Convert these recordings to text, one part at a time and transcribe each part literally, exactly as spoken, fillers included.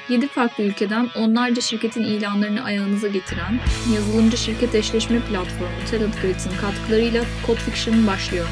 yedi farklı ülkeden onlarca şirketin ilanlarını ayağınıza getiren yazılımcı şirket eşleşme platformu Talent Grid'in katkılarıyla Code Fiction başlıyor.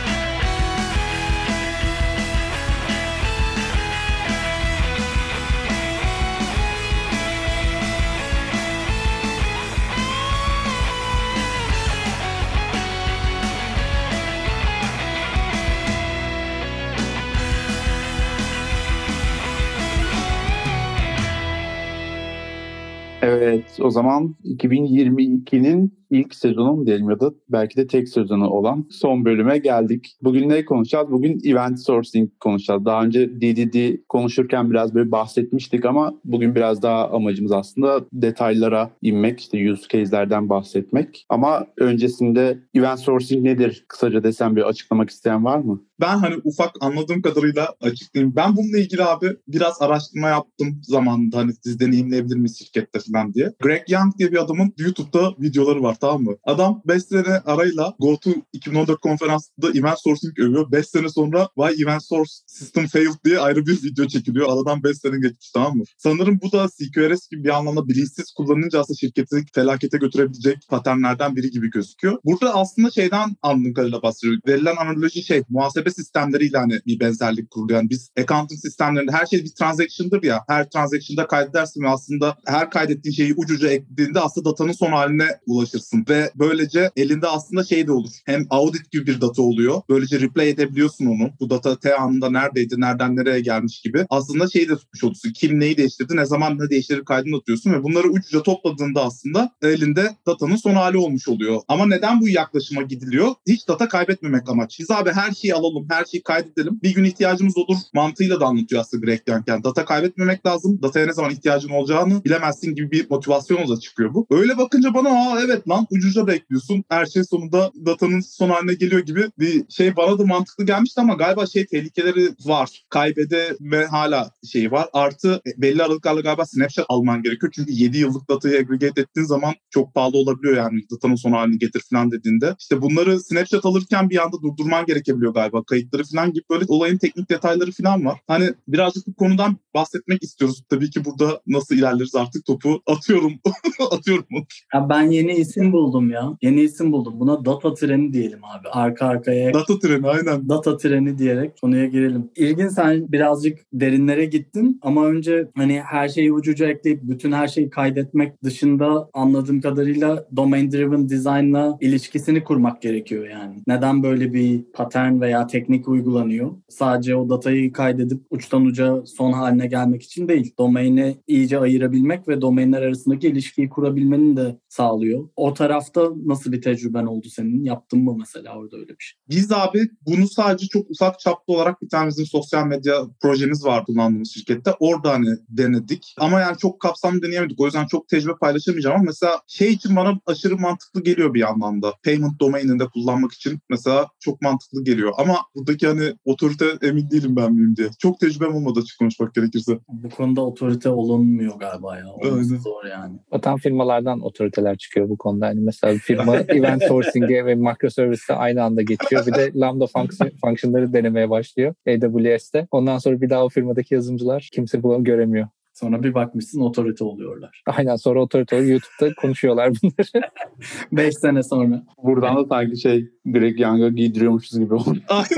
Evet, o zaman iki bin yirmi ikinin ilk sezonu mu diyelim ya da belki de tek sezonu olan son bölüme geldik. Bugün ne konuşacağız? Bugün event sourcing konuşacağız. Daha önce D D D konuşurken biraz böyle bahsetmiştik ama bugün biraz daha amacımız aslında detaylara inmek, işte use case'lerden bahsetmek. Ama öncesinde event sourcing nedir? Kısaca desem bir açıklamak isteyen var mı? Ben hani ufak anladığım kadarıyla açıklayayım. Ben bununla ilgili abi biraz araştırma yaptım zamanında, hani siz deneyimleyebilir misiniz şirkette falan diye. Greg Young diye bir adamın YouTube'da videoları var, tamam mı? Adam beş sene arayla GoTo iki bin on dört konferansında event sourcing övüyor. beş sene sonra why event source system failed diye ayrı bir video çekiliyor. Aradan beş sene geçmiş, tamam mı? Sanırım bu da C Q R S gibi bir anlamda bilinçsiz kullanınca aslında şirketi felakete götürebilecek paternlerden biri gibi gözüküyor. Burada aslında şeyden anladığım kadarıyla bahsediyor. Verilen analoji şey, muhasebe sistemleriyle hani bir benzerlik kuruluyor. Yani biz accounting sistemlerinde her şey bir transaction'dır ya. Her transaction'da kaydedersin ve aslında her kaydettiğin şeyi ucuca eklediğinde aslında datanın son haline ulaşırsın. Ve böylece elinde aslında şey de olur. Hem audit gibi bir data oluyor. Böylece replay edebiliyorsun onu. Bu data T anında neredeydi, nereden nereye gelmiş gibi. Aslında şeyi de tutmuş olursun. Kim neyi değiştirdi, ne zaman ne değiştirir kaydını atıyorsun ve bunları ucuca topladığında aslında elinde datanın son hali olmuş oluyor. Ama neden bu yaklaşıma gidiliyor? Hiç data kaybetmemek amaç. Biz abi her şeyi alalım, her şeyi kaydedelim. Bir gün ihtiyacımız olur mantığıyla da anlatıyor aslında Greg Young. Yani data kaybetmemek lazım. Dataya ne zaman ihtiyacın olacağını bilemezsin gibi bir motivasyonla da çıkıyor bu. Öyle bakınca bana aa evet lan ucuca bekliyorsun. Her şey sonunda datanın son haline geliyor gibi bir şey bana da mantıklı gelmişti ama galiba şey tehlikeleri var. Kaybedeme hala şeyi var. Artı belli aralıklarla galiba snapshot alman gerekiyor. Çünkü yedi yıllık datayı aggregate ettiğin zaman çok pahalı olabiliyor yani datanın son halini getir falan dediğinde. İşte bunları snapshot alırken bir anda durdurman gerekebiliyor galiba. Kayıtları falan gibi böyle olayın teknik detayları falan var. Hani birazcık bu konudan bahsetmek istiyoruz. Tabii ki burada nasıl ilerleriz artık topu atıyorum. atıyorum. Ya ben yeni isim buldum ya. Yeni isim buldum. Buna data treni diyelim abi. Arka arkaya. Data treni aynen. Data treni diyerek konuya girelim. İlgin, sen birazcık derinlere gittin ama önce hani her şeyi ucuca ekleyip bütün her şeyi kaydetmek dışında anladığım kadarıyla domain driven design'la ilişkisini kurmak gerekiyor yani. Neden böyle bir pattern veya teknik uygulanıyor? Sadece o datayı kaydedip uçtan uca son haline gelmek için değil. Domaini iyice ayırabilmek ve domainler arasındaki ilişkiyi kurabilmenin de sağlıyor. O tarafta nasıl bir tecrüben oldu senin? Yaptın mı mesela orada öyle bir şey? Biz abi bunu sadece çok ufak çaplı olarak bir tane bizim sosyal medya projemiz var kullandığımız şirkette. Orada hani denedik. Ama yani çok kapsamlı deneyemedik. O yüzden çok tecrübe paylaşamayacağım ama mesela şey için bana aşırı mantıklı geliyor bir anlamda. Payment domaininde kullanmak için mesela çok mantıklı geliyor. Ama buradaki hani otorite emin değilim ben miyim diye. Çok tecrübem olmadı açık konuşmak gerekirse. Bu konuda otorite olunmuyor galiba ya. Olması zor yani. Vatan firmalardan otoriteler çıkıyor bu konuda. Yani mesela bir firma event sourcing'e ve microservice'e aynı anda geçiyor. Bir de Lambda function, function'ları denemeye başlıyor A W S'te. Ondan sonra bir daha o firmadaki yazılımcılar kimse bunu göremiyor. Sonra bir bakmışsın otorite oluyorlar. Aynen, sonra otorite oluyor. YouTube'da konuşuyorlar bunları. Beş sene sonra. Buradan da sanki şey Greg Young'a giydiriyormuşuz gibi oldu.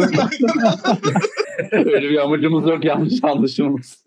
Öyle bir amacımız yok, yanlış anlaşılmasın.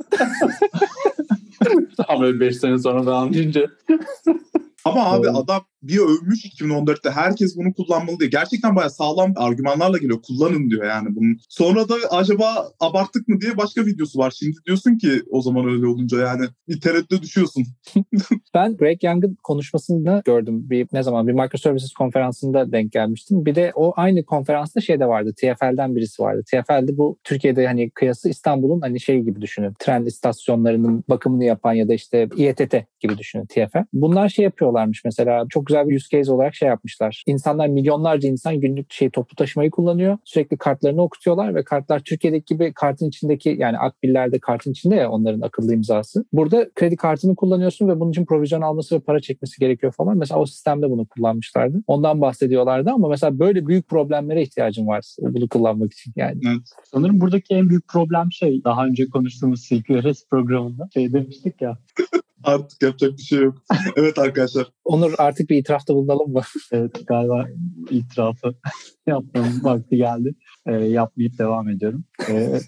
Tam öyle beş sene sonra da anlayınca. Ama abi adam bir övmüş iki bin on dörtte herkes bunu kullanmalı diye. Gerçekten bayağı sağlam argümanlarla geliyor. Kullanın diyor yani bunu. Sonra da acaba abarttık mı diye başka videosu var. Şimdi diyorsun ki o zaman öyle olunca yani bir tereddüte düşüyorsun. Ben Greg Young'ın konuşmasını gördüm. Bir, ne zaman bir Microservices konferansında denk gelmiştim. Bir de o aynı konferansta şey de vardı. T F L'den birisi vardı. T F L'de bu Türkiye'de hani kıyası İstanbul'un hani şey gibi düşünün. Tren istasyonlarının bakımını yapan ya da işte İ E T T gibi düşünün T F L. Bunlar şey yapıyorlarmış mesela, çok güzel güzel bir use case olarak şey yapmışlar. İnsanlar, milyonlarca insan günlük şey toplu taşımayı kullanıyor. Sürekli kartlarını okutuyorlar ve kartlar Türkiye'deki gibi kartın içindeki, yani Akbil'lerde kartın içinde ya onların akıllı imzası. Burada kredi kartını kullanıyorsun ve bunun için provizyon alması ve para çekmesi gerekiyor falan. Mesela o sistemde bunu kullanmışlardı. Ondan bahsediyorlardı ama mesela böyle büyük problemlere ihtiyacın var bunu kullanmak için yani. Evet. Sanırım buradaki en büyük problem şey, daha önce konuştuğumuz C Q R S programında şey demiştik ya. Artık yapacak bir şey yok. Evet arkadaşlar. Onur, artık bir itirafta bulunalım mı? Evet, galiba itirafı yapmamın vakti geldi. Ee, yapmayıp devam ediyorum. Ee,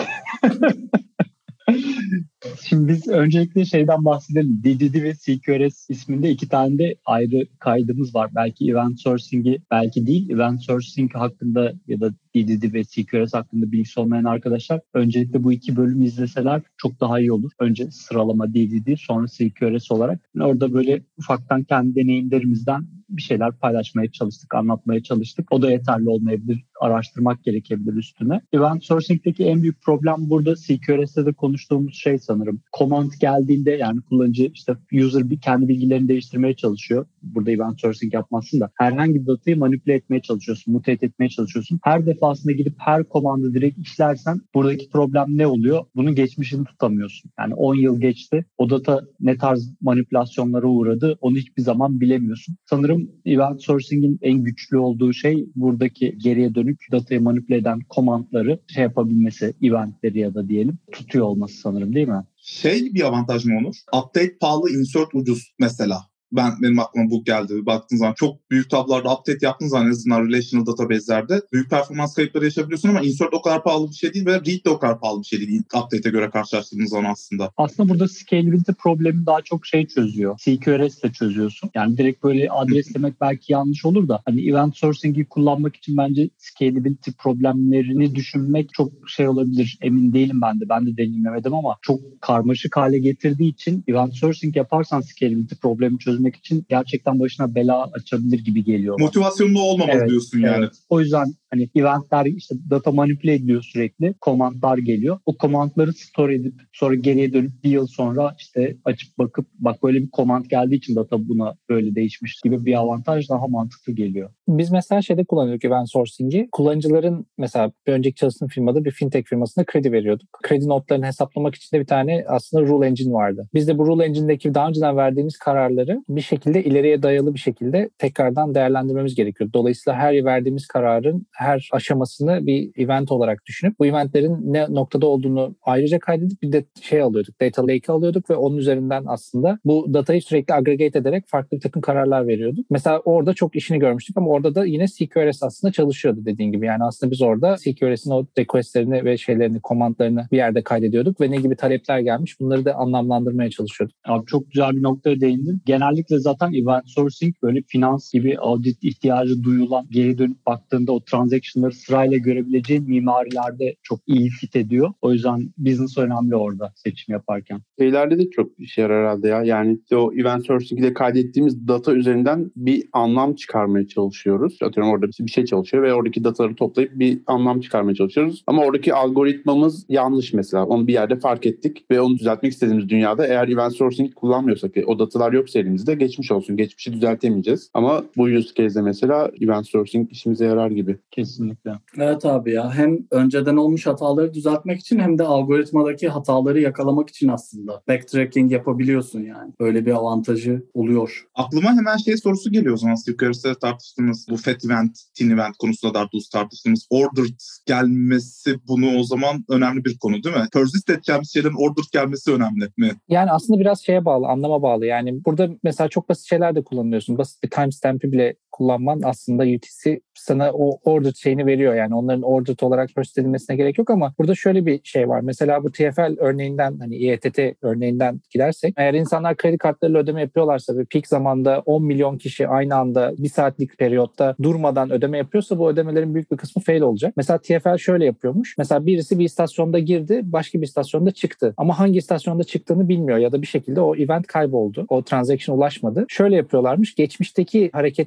Şimdi biz öncelikle şeyden bahsedelim. D D D ve C Q R S isminde iki tane de ayrı kaydımız var. Belki event sourcing'i, belki değil. Event sourcing hakkında ya da D D D ve C Q R S hakkında bilgisi olmayan arkadaşlar öncelikle bu iki bölümü izleseler çok daha iyi olur. Önce sıralama D D D, sonra C Q R S olarak. Orada böyle ufaktan kendi deneyimlerimizden bir şeyler paylaşmaya çalıştık, anlatmaya çalıştık. O da yeterli olmayabilir, araştırmak gerekebilir üstüne. Event sourcing'deki en büyük problem burada C Q R S'te de konuştuğumuz şey sanırım. Command geldiğinde, yani kullanıcı işte user bir kendi bilgilerini değiştirmeye çalışıyor. Burada event sourcing yapmazsın da herhangi bir datayı manipüle etmeye çalışıyorsun, mutate etmeye çalışıyorsun. Her defasında gidip her komandı direkt işlersen buradaki problem ne oluyor? Bunun geçmişini tutamıyorsun. Yani on yıl geçti. O data ne tarz manipülasyonlara uğradı onu hiçbir zaman bilemiyorsun. Sanırım event sourcing'in en güçlü olduğu şey buradaki geriye dönük datayı manipüle eden komandları şey yapabilmesi, eventleri ya da diyelim tutuyor olması sanırım, değil mi? Şey bir avantaj mı olur? Update pahalı, insert ucuz mesela. Ben benim aklıma bu geldi. Baktığın zaman çok büyük tablolarda update yaptığın zaman en azından relational database'lerde büyük performans kayıpları yaşayabiliyorsun ama insert o kadar pahalı bir şey değil ve read de o kadar pahalı bir şey değil update'e göre karşılaştırdığınız zaman aslında. Aslında burada scalability problemi daha çok şey çözüyor. C Q R S'le çözüyorsun. Yani direkt böyle adreslemek belki yanlış olur da hani event sourcing'i kullanmak için bence scalability problemlerini düşünmek çok şey olabilir. Emin değilim ben de. Ben de deneyimlemedim ama çok karmaşık hale getirdiği için event sourcing yaparsan scalability problemi çözmek için gerçekten başına bela açabilir gibi geliyor. Motivasyonlu olmamalı evet, diyorsun yani. Evet. O yüzden hani eventler, işte data manipüle ediliyor sürekli. Komandlar geliyor. O komandları store edip sonra geriye dönüp bir yıl sonra işte açıp bakıp bak böyle bir komand geldiği için data buna böyle değişmiş gibi bir avantaj daha mantıklı geliyor. Biz mesela şeyde kullanıyorduk event sourcing'i. Kullanıcıların mesela bir önceki çalıştığım firmada bir fintech firmasına kredi veriyorduk. Kredi notlarını hesaplamak için de bir tane aslında rule engine vardı. Biz de bu rule engine'deki daha önceden verdiğimiz kararları bir şekilde ileriye dayalı bir şekilde tekrardan değerlendirmemiz gerekiyor. Dolayısıyla her verdiğimiz kararın her aşamasını bir event olarak düşünüp bu eventlerin ne noktada olduğunu ayrıca kaydedip bir de şey alıyorduk. Data lake alıyorduk ve onun üzerinden aslında bu datayı sürekli aggregate ederek farklı bir takım kararlar veriyorduk. Mesela orada çok işini görmüştük ama orada da yine C Q R S aslında çalışıyordu dediğin gibi. Yani aslında biz orada C Q R S'in o requestlerini ve şeylerini, komandlarını bir yerde kaydediyorduk ve ne gibi talepler gelmiş bunları da anlamlandırmaya çalışıyorduk. Abi çok güzel bir noktaya değindin. Genellikle zaten event sourcing böyle finans gibi audit ihtiyacı duyulan, geri dönüp baktığında o transaction'ları sırayla görebileceğin mimarilerde çok iyi fit ediyor. O yüzden business önemli orada seçim yaparken. Şeylerde de çok işe yarar herhalde ya. Yani işte o event sourcing'de kaydettiğimiz data üzerinden bir anlam çıkarmaya çalışıyoruz. Atıyorum orada bir şey çalışıyor ve oradaki dataları toplayıp bir anlam çıkarmaya çalışıyoruz. Ama oradaki algoritmamız yanlış mesela. Onu bir yerde fark ettik ve onu düzeltmek istediğimiz dünyada eğer event sourcing kullanmıyorsak, o datalar yoksa elimizde geçmiş olsun. Geçmişi düzeltemeyeceğiz. Ama bu use case'de mesela event sourcing işimize yarar gibi. Kesinlikle. Evet abi ya, hem önceden olmuş hataları düzeltmek için hem de algoritmadaki hataları yakalamak için aslında backtracking yapabiliyorsun yani. Böyle bir avantajı oluyor. Aklıma hemen şey sorusu geliyor o zaman. Yukarıda tartıştığımız bu fat event, teen event konusunda daha doğrusu tartıştığımız ordered gelmesi bunu o zaman önemli bir konu değil mi? Persist edeceğimiz şeylerin ordered gelmesi önemli mi? Yani aslında biraz şeye bağlı, anlama bağlı. Yani burada mesela çok basit şeyler de kullanıyorsun. Basit bir timestamp'i bile kullanman aslında U T C sana o ordered şeyini veriyor. Yani onların ordered olarak persist edilmesine gerek yok ama burada şöyle bir şey var. Mesela bu T F L örneğinden, hani E T T örneğinden gidersek, eğer insanlar kredi kartlarıyla ödeme yapıyorlarsa ve peak zamanda on milyon kişi aynı anda bir saatlik periyotta durmadan ödeme yapıyorsa bu ödemelerin büyük bir kısmı fail olacak. Mesela T F L şöyle yapıyormuş. Mesela birisi bir istasyonda girdi, başka bir istasyonda çıktı. Ama hangi istasyonda çıktığını bilmiyor ya da bir şekilde o event kayboldu. O transaction ulaşmadı. Şöyle yapıyorlarmış. Geçmişteki hareketlerine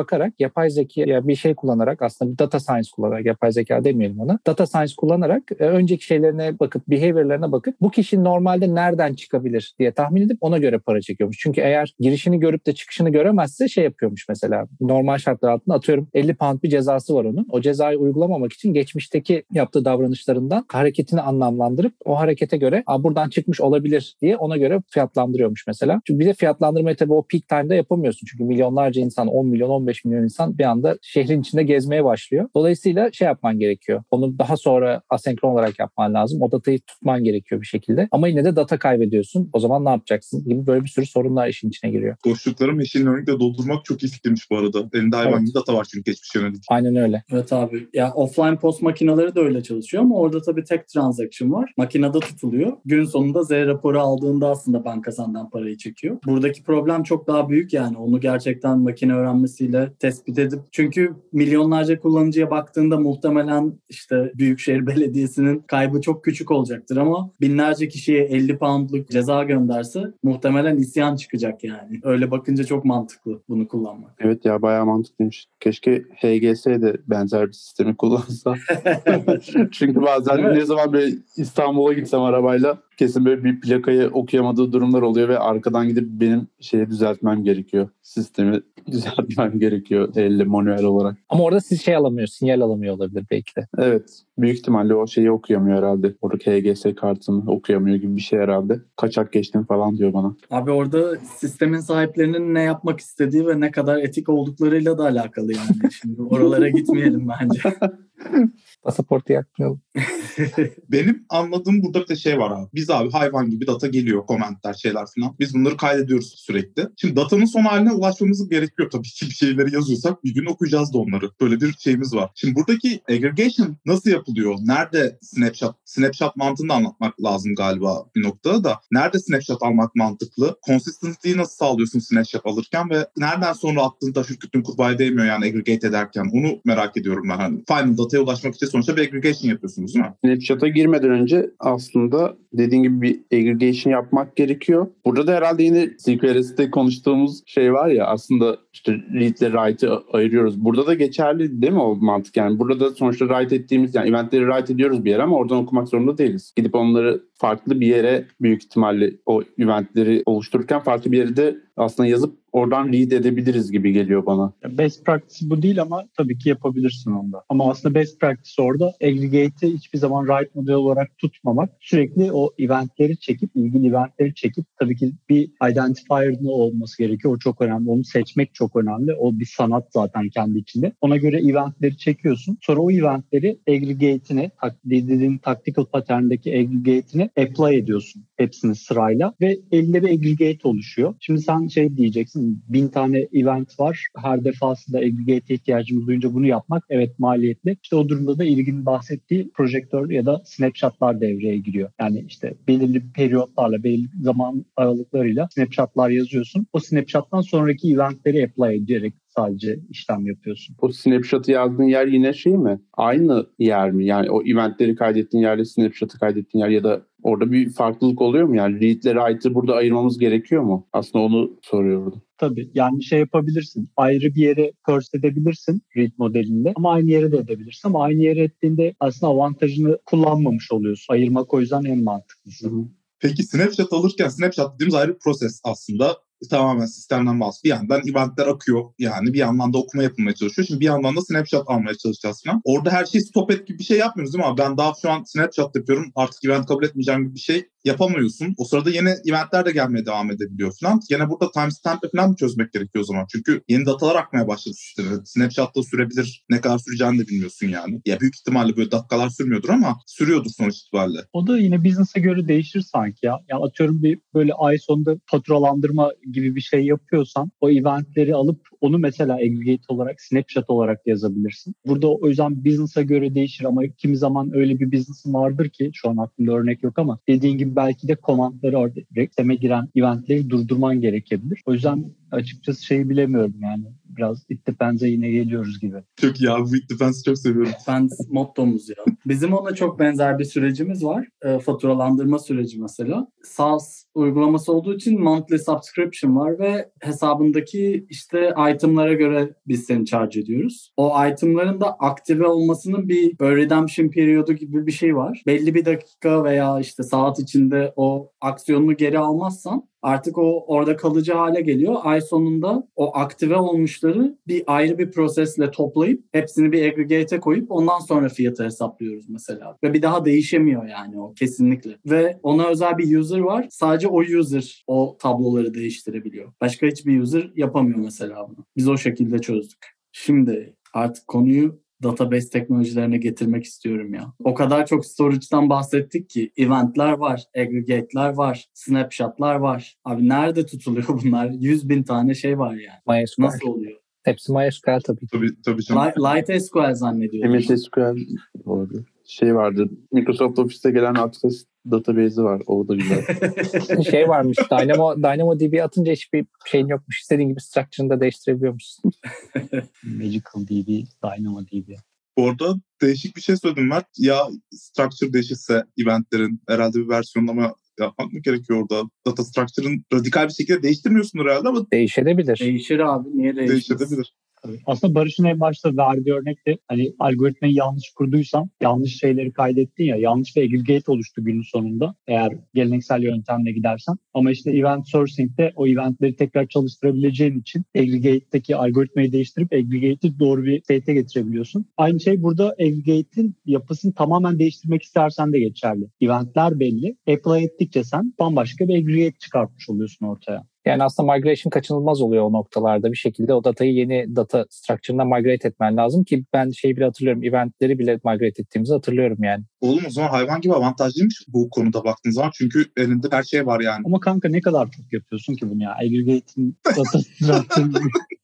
bakarak yapay zeka bir şey kullanarak, aslında bir data science kullanarak, yapay zeka demeyelim ona, data science kullanarak e, önceki şeylerine bakıp, behavior'larına bakıp bu kişi normalde nereden çıkabilir diye tahmin edip ona göre para çekiyormuş. Çünkü eğer girişini görüp de çıkışını göremezse şey yapıyormuş mesela. Normal şartlar altında atıyorum elli pound bir cezası var onun. O cezayı uygulamamak için geçmişteki yaptığı davranışlarından hareketini anlamlandırıp o harekete göre buradan çıkmış olabilir diye ona göre fiyatlandırıyormuş mesela. Çünkü bir de fiyatlandırmayı tabii o peak time'da yapamıyorsun. Çünkü milyonlarca insan, on milyon, on beş milyon insan bir anda şehrin içinde gezmeye başlıyor. Dolayısıyla şey yapman gerekiyor. Onu daha sonra asenkron olarak yapman lazım. O datayı tutman gerekiyor bir şekilde. Ama yine de data kaybediyorsun. O zaman ne yapacaksın gibi böyle bir sürü sorunlar işin içine giriyor. Boşlukları machine learning'de doldurmak çok iyi fikirmiş bu arada. Elinde hayvan Evet. gibi data var çünkü geçmiş yönelik. Aynen öyle. Evet abi. Ya offline post makineleri de öyle çalışıyor ama orada tabii tek transaction var. Makinede tutuluyor. Gün sonunda Z raporu aldığında aslında banka senden parayı çekiyor. Buradaki problem çok daha büyük yani. Onu gerçekten makine öğrenmesiyle tespit edip, çünkü milyonlarca kullanıcıya baktığında muhtemelen işte Büyükşehir Belediyesi'nin kaybı çok küçük olacaktır ama binlerce kişiye elli poundluk ceza gönderse muhtemelen isyan çıkacak yani. Öyle bakınca çok mantıklı bunu kullanmak. Evet ya, bayağı mantıklıymış. Keşke H G S de benzer bir sistemi kullansa. Çünkü bazen Evet. ne zaman böyle İstanbul'a gitsem arabayla kesin böyle bir plakayı okuyamadığı durumlar oluyor ve arkadan gidip benim şeyi düzeltmem gerekiyor. Sistemi düzeltmem gerekiyor elle, manuel olarak. Ama orada siz şey alamıyor, sinyal alamıyor olabilir belki de. Evet. Büyük ihtimalle o şeyi okuyamıyor herhalde. Oradaki H G S kartını okuyamıyor gibi bir şey herhalde. Kaçak geçtim falan diyor bana. Abi orada sistemin sahiplerinin ne yapmak istediği ve ne kadar etik olduklarıyla da alakalı yani. Şimdi oralara gitmeyelim bence. Pasaportu yakmayalım. Benim anladığım burada bir de şey var abi. Biz abi hayvan gibi data geliyor, komentler, şeyler falan. Biz bunları kaydediyoruz sürekli. Şimdi datanın son haline ulaşmamız gerekiyor tabii ki. Bir şeyleri yazıyorsak bir gün okuyacağız da onları. Böyle bir şeyimiz var. Şimdi buradaki aggregation nasıl yapılıyor? Nerede snapshot? Snapshot mantığını da anlatmak lazım galiba bir noktada da. Nerede snapshot almak mantıklı? Consistency'yi nasıl sağlıyorsun snapshot alırken ve nereden sonra attığın taş ürküttüğün kurbağaya değmiyor yani aggregate ederken? Onu merak ediyorum ben. Hani final data'ya ulaşmak için sonuçta bir aggregation yapıyorsunuz değil mi? Snapshot'a girmeden önce aslında dediğin gibi bir aggregation yapmak gerekiyor. Burada da herhalde yine C Q R S'te konuştuğumuz şey var ya, aslında işte read ile write'ı ayırıyoruz. Burada da geçerli değil mi o mantık? Yani burada da sonuçta write ettiğimiz, yani eventleri write ediyoruz bir yere ama oradan okumak zorunda değiliz. Gidip onları farklı bir yere, büyük ihtimalle o eventleri oluştururken farklı bir yere de aslında yazıp oradan read edebiliriz gibi geliyor bana. Best practice bu değil ama tabii ki yapabilirsin onda. Ama aslında best practice orada aggregate'i hiçbir zaman write model olarak tutmamak. Sürekli o eventleri çekip, ilgili eventleri çekip, tabii ki bir identifier'ın olması gerekiyor. O çok önemli. Onu seçmek çok önemli. O bir sanat zaten kendi içinde. Ona göre eventleri çekiyorsun. Sonra o eventleri aggregate'ine, dediğin tactical pattern'deki aggregate'ine apply ediyorsun. Hepsini sırayla ve elde bir aggregate oluşuyor. Şimdi sen şey diyeceksin, bin tane event var. Her defasında aggregate'e ihtiyacımız duyunca bunu yapmak evet maliyetli. İşte o durumda da ilginin bahsettiği projektör ya da snapshotlar devreye giriyor. Yani işte belirli periyotlarla, belirli zaman aralıklarıyla snapshotlar yazıyorsun. O snapshot'tan sonraki eventleri apply ederek sadece işlem yapıyorsun. O snapshot'ı yazdığın yer yine şey mi? Aynı yer mi? Yani o eventleri kaydettiğin yerle snapshot'ı kaydettiğin yer ya da orada bir farklılık oluyor mu? Yani read ile write'ı burada ayırmamız gerekiyor mu? Aslında onu soruyordum. Tabii yani şey yapabilirsin. Ayrı bir yere curse edebilirsin read modelinde ama aynı yere de edebilirsin. Ama aynı yere ettiğinde aslında avantajını kullanmamış oluyorsun. Ayırmak o yüzden en mantıklısı. Hı hı. Peki snapshot alırken snapshot dediğimiz ayrı bir proses aslında. Tamamen sistemden bahsediyor. Bir yandan eventler akıyor yani bir yandan da okuma yapılmaya çalışıyor. Şimdi bir yandan da snapshot almaya çalışacağız falan. Orada her şeyi stop et gibi bir şey yapmıyoruz değil mi abi? Ben daha şu an snapshot yapıyorum, artık event kabul etmeyeceğim gibi bir şey yapamıyorsun. O sırada yeni eventler de gelmeye devam edebiliyor falan. Yine burada timestamp'le falan mı çözmek gerekiyor o zaman? Çünkü yeni datalar akmaya başladı sisteme. Snapshot'ta sürebilir. Ne kadar süreceğini de bilmiyorsun yani. Ya büyük ihtimalle böyle dakikalar sürmüyordur ama sürüyordur sonuç itibariyle. O da yine business'a göre değişir sanki ya. Ya atıyorum bir böyle ay sonunda faturalandırma gibi bir şey yapıyorsan o eventleri alıp onu mesela aggregate olarak, snapshot olarak yazabilirsin. Burada o yüzden business'a göre değişir ama kimi zaman öyle bir business'ın vardır ki şu an aklımda örnek yok ama dediğin gibi belki de commandları orada sisteme giren eventleri durdurman gerekebilir. O yüzden açıkçası şeyi bilemiyorum yani. biraz it depends'e yine geliyoruz gibi. Çok iyi abi, bu It Depens'i çok seviyorum. Depends mottomuz ya. Bizim ona çok benzer bir sürecimiz var. E, faturalandırma süreci mesela. SaaS uygulaması olduğu için monthly subscription var ve hesabındaki işte itemlara göre biz seni charge ediyoruz. O itemların da aktive olmasının bir böyle redemption periyodu gibi bir şey var. Belli bir dakika veya işte saat içinde o aksiyonunu geri almazsan artık o orada kalıcı hale geliyor. Ay sonunda o aktive olmuşları bir ayrı bir prosesle toplayıp hepsini bir aggregate'e koyup ondan sonra fiyatı hesaplıyoruz mesela. Ve bir daha değişemiyor yani o kesinlikle. Ve ona özel bir user var. Sadece o user o tabloları değiştirebiliyor. Başka hiçbir user yapamıyor mesela bunu. Biz o şekilde çözdük. Şimdi artık konuyu database teknolojilerine getirmek istiyorum ya. O kadar çok storage'dan bahsettik ki eventler var, aggregate'ler var, snapshot'lar var. Abi nerede tutuluyor bunlar? yüz bin tane şey var yani. MySQL. Nasıl oluyor? Hepsi MySQL tabii. Tabii, tabii canım. Light, Light S Q L zannediyorum. M S S Q L olabilir. Şey vardı. Microsoft Office'te gelen Access database'i var. O da güzel. Şey varmış. Dynamo, DynamoDB atınca hiçbir şeyin yokmuş. İstediğin gibi structure'ını da değiştirebiliyormuşsun. Magical D B, DynamoDB. Bu arada değişik bir şey söyledim Mert. Ya structure değişirse eventlerin herhalde bir versiyonlama yapmak mı gerekiyor orada? Data structure'ın radikal bir şekilde değiştirmiyorsunuz herhalde ama Değişebilir. Değişir abi. Niye değişmez? değişebilir. Aslında Barış'ın en başta verdiği örnekte hani algoritmayı yanlış kurduysan yanlış şeyleri kaydettin ya, yanlış bir aggregate oluştu günün sonunda eğer geleneksel yöntemle gidersen. Ama işte event sourcing'de o eventleri tekrar çalıştırabileceğin için aggregate'deki algoritmayı değiştirip aggregate'i doğru bir state'e getirebiliyorsun. Aynı şey burada aggregate'in yapısını tamamen değiştirmek istersen de geçerli. Eventler belli. Apply ettikçe sen bambaşka bir aggregate çıkartmış oluyorsun ortaya. Yani aslında migration kaçınılmaz oluyor o noktalarda. Bir şekilde o datayı yeni data structure'ına migrate etmen lazım ki ben şeyi bile hatırlıyorum. Eventleri bile migrate ettiğimizi hatırlıyorum yani. Oğlum o zaman hayvan gibi avantajlıymış bu konuda baktığın zaman. Çünkü elinde her şey var yani. Ama kanka ne kadar çok yapıyorsun ki bunu ya? Aggregate'in data structure'ını